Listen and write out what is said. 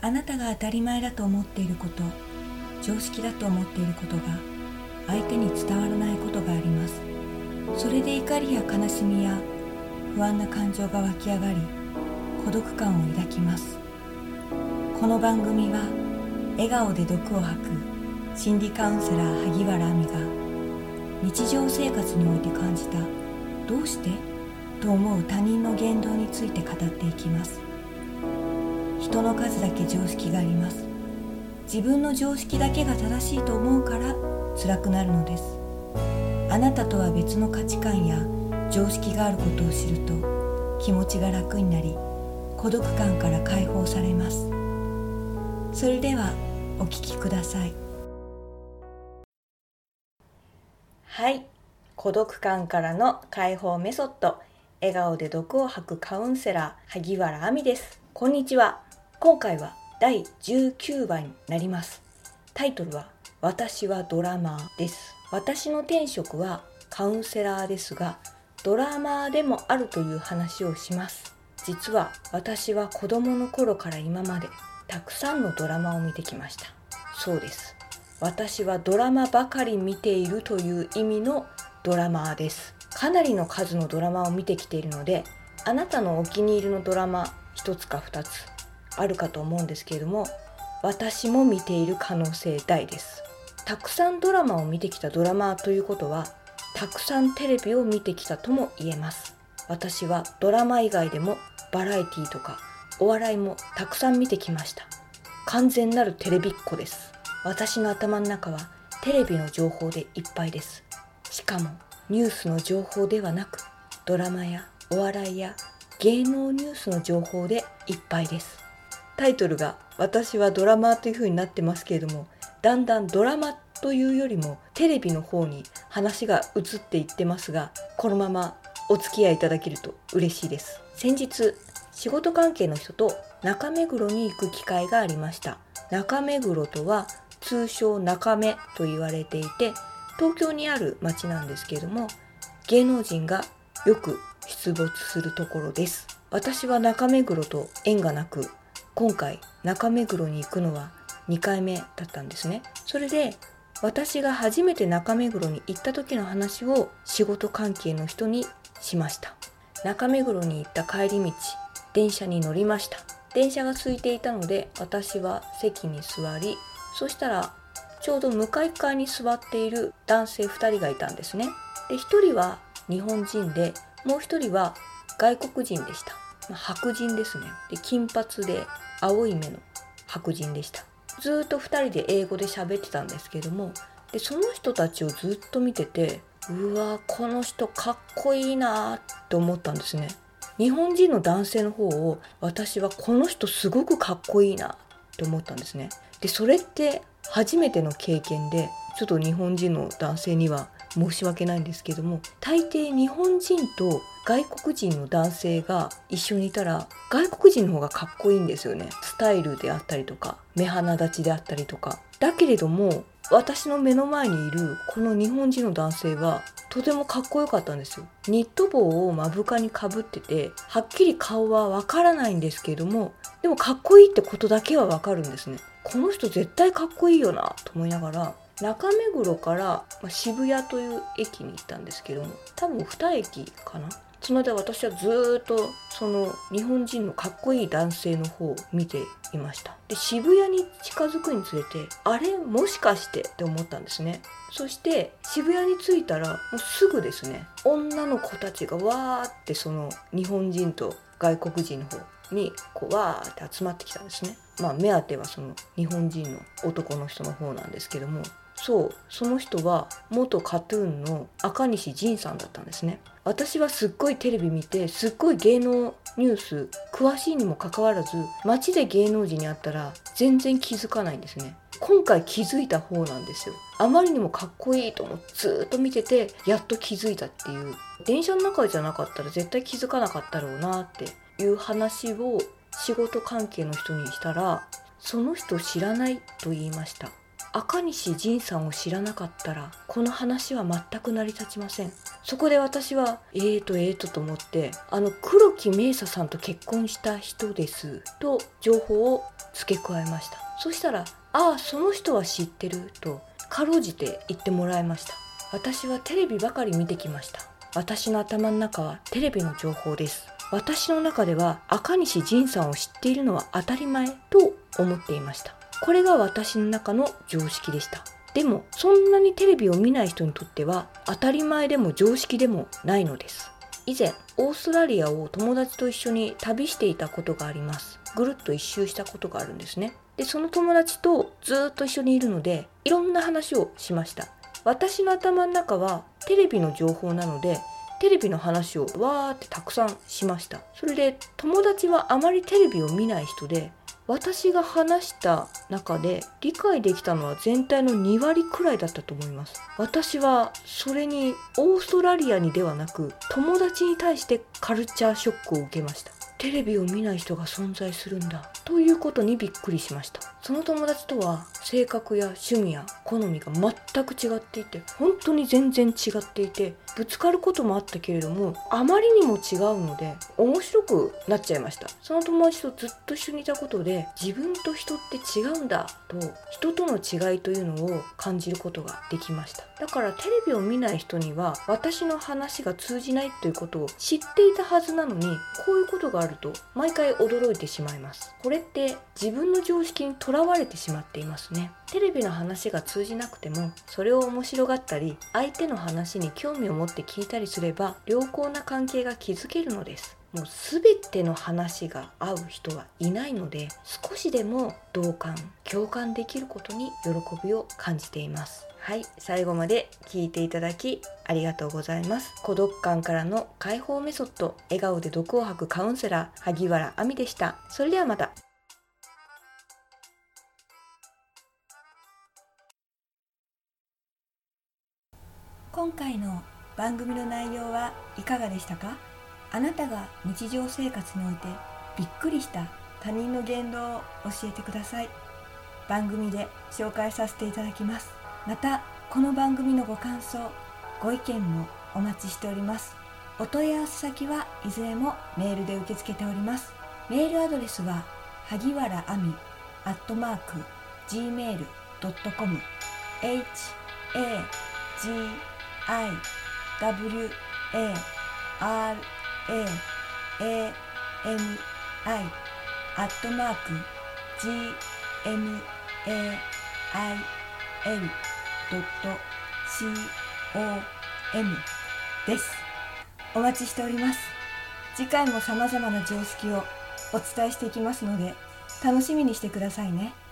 あなたが当たり前だと思っていること、常識だと思っていることが相手に伝わらないことがあります。それで怒りや悲しみや不安な感情が湧き上がり、孤独感を抱きます。この番組は笑顔で毒を吐く心理カウンセラー萩原亜美が日常生活において感じたどうしてと思う他人の言動について語っていきます。人の数だけ常識があります。自分の常識だけが正しいと思うから辛くなるのです。あなたとは別の価値観や常識があることを知ると気持ちが楽になり、孤独感から解放されます。それではお聞きください。はい、孤独感からの解放メソッド、笑顔で毒を吐くカウンセラー萩原亜美です。こんにちは。今回は第19話になります。タイトルは私はドラマーです。私の転職はカウンセラーですが、ドラマーでもあるという話をします。実は私は子供の頃から今までたくさんのドラマを見てきました。そうです。私はドラマばかり見ているという意味のドラマーです。かなりの数のドラマを見てきているので、あなたのお気に入りのドラマ一つか二つあるかと思うんですけれども、私も見ている可能性大です。たくさんドラマを見てきたドラマーということは、たくさんテレビを見てきたとも言えます。私はドラマ以外でもバラエティとかお笑いもたくさん見てきました。完全なるテレビっ子です。私の頭の中はテレビの情報でいっぱいです。しかもニュースの情報ではなく、ドラマやお笑いや芸能ニュースの情報でいっぱいです。タイトルが私はドラマーという風になってますけれども、だんだんドラマというよりもテレビの方に話が移っていってますが、このままお付き合いいただけると嬉しいです。先日仕事関係の人と中目黒に行く機会がありました。中目黒とは通称中目と言われていて、東京にある町なんですけれども、芸能人がよく出没するところです。私は中目黒と縁がなく、今回中目黒に行くのは2回目だったんですね。それで私が初めて中目黒に行った時の話を仕事関係の人にしました。中目黒に行った帰り道、電車に乗りました。電車が空いていたので私は席に座り、そしたらちょうど向かい側に座っている男性2人がいたんですね。で、1人は日本人で、もう1人は外国人でした。白人ですね。で、金髪で青い目の白人でした。ずっと2人で英語で喋ってたんですけども、でその人たちをずっと見てて、うわ、この人かっこいいなって思ったんですね。日本人の男性の方を私はこの人すごくかっこいいなって思ったんですね。でそれって初めての経験で、ちょっと日本人の男性には申し訳ないんですけども、大抵日本人と外国人の男性が一緒にいたら外国人の方がかっこいいんですよね。スタイルであったりとか目鼻立ちであったりとか。だけれども私の目の前にいるこの日本人の男性はとてもかっこよかったんですよ。ニット帽を目深にかぶってて、はっきり顔はわからないんですけれども、でもかっこいいってことだけはわかるんですね。この人絶対かっこいいよなと思いながら、中目黒から渋谷という駅に行ったんですけども、多分2駅かな。その間私はずっとその日本人のかっこいい男性の方を見ていました。で、渋谷に近づくにつれて、あれもしかしてって思ったんですね。そして渋谷に着いたらもうすぐですね、女の子たちがわーってその日本人と外国人の方にこうわーって集まってきたんですね。目当てはその日本人の男の人の方なんですけども、その人は元カトゥーンの赤西仁さんだったんですね。私はすっごいテレビ見て、すっごい芸能ニュース詳しいにもかかわらず、街で芸能人に会ったら全然気づかないんですね。今回気づいた方なんですよ。あまりにもかっこいいと思ってずっと見てて、やっと気づいたっていう。電車の中じゃなかったら絶対気づかなかったろうなっていう話を仕事関係の人にしたら、その人知らないと言いました。 赤西仁さんを知らなかったらこの話は全く成り立ちません。そこで私はと思って、黒木メイサさんと結婚した人ですと情報を付け加えました。そしたら、ああその人は知ってるとかろうじて言ってもらいました。私はテレビばかり見てきました。私の頭の中はテレビの情報です。私の中では赤西仁さんを知っているのは当たり前と思っていました。これが私の中の常識でした。でもそんなにテレビを見ない人にとっては当たり前でも常識でもないのです。以前オーストラリアを友達と一緒に旅していたことがあります。ぐるっと一周したことがあるんですね。でその友達とずっと一緒にいるのでいろんな話をしました。私の頭の中はテレビの情報なのでテレビの話をわーってたくさんしました。それで友達はあまりテレビを見ない人で、私が話した中で理解できたのは全体の2割くらいだったと思います。私はそれにオーストラリアにではなく友達に対してカルチャーショックを受けました。テレビを見ない人が存在するんだということにびっくりしました。その友達とは性格や趣味や好みが全く違っていて、本当に全然違っていて、ぶつかることもあったけれどもあまりにも違うので面白くなっちゃいました。その友達とずっと一緒にいたことで自分と人って違うんだと、人との違いというのを感じることができました。だからテレビを見ない人には私の話が通じないということを知っていたはずなのに、こういうことがあると毎回驚いてしまいます。これって自分の常識にとらわれてしまっていますね。テレビの話が通じなくてもそれを面白がったり相手の話に興味を持って聞いたりすれば良好な関係が築けるのです。もう全ての話が合う人はいないので、少しでも同感共感できることに喜びを感じています。はい、最後まで聞いていただきありがとうございます。孤独感からの解放メソッド、笑顔で毒を吐くカウンセラー萩原亜美でした。それではまた。今回の番組の内容はいかがでしたか？あなたが日常生活においてびっくりした他人の言動を教えてください。番組で紹介させていただきます。またこの番組のご感想ご意見もお待ちしております。お問い合わせ先はいずれもメールで受け付けております。メールアドレスは萩原亜美@gmail.com HAGIWARAMI@gmail.com です。お待ちしております。次回も様々な常識をお伝えしていきますので楽しみにしてくださいね。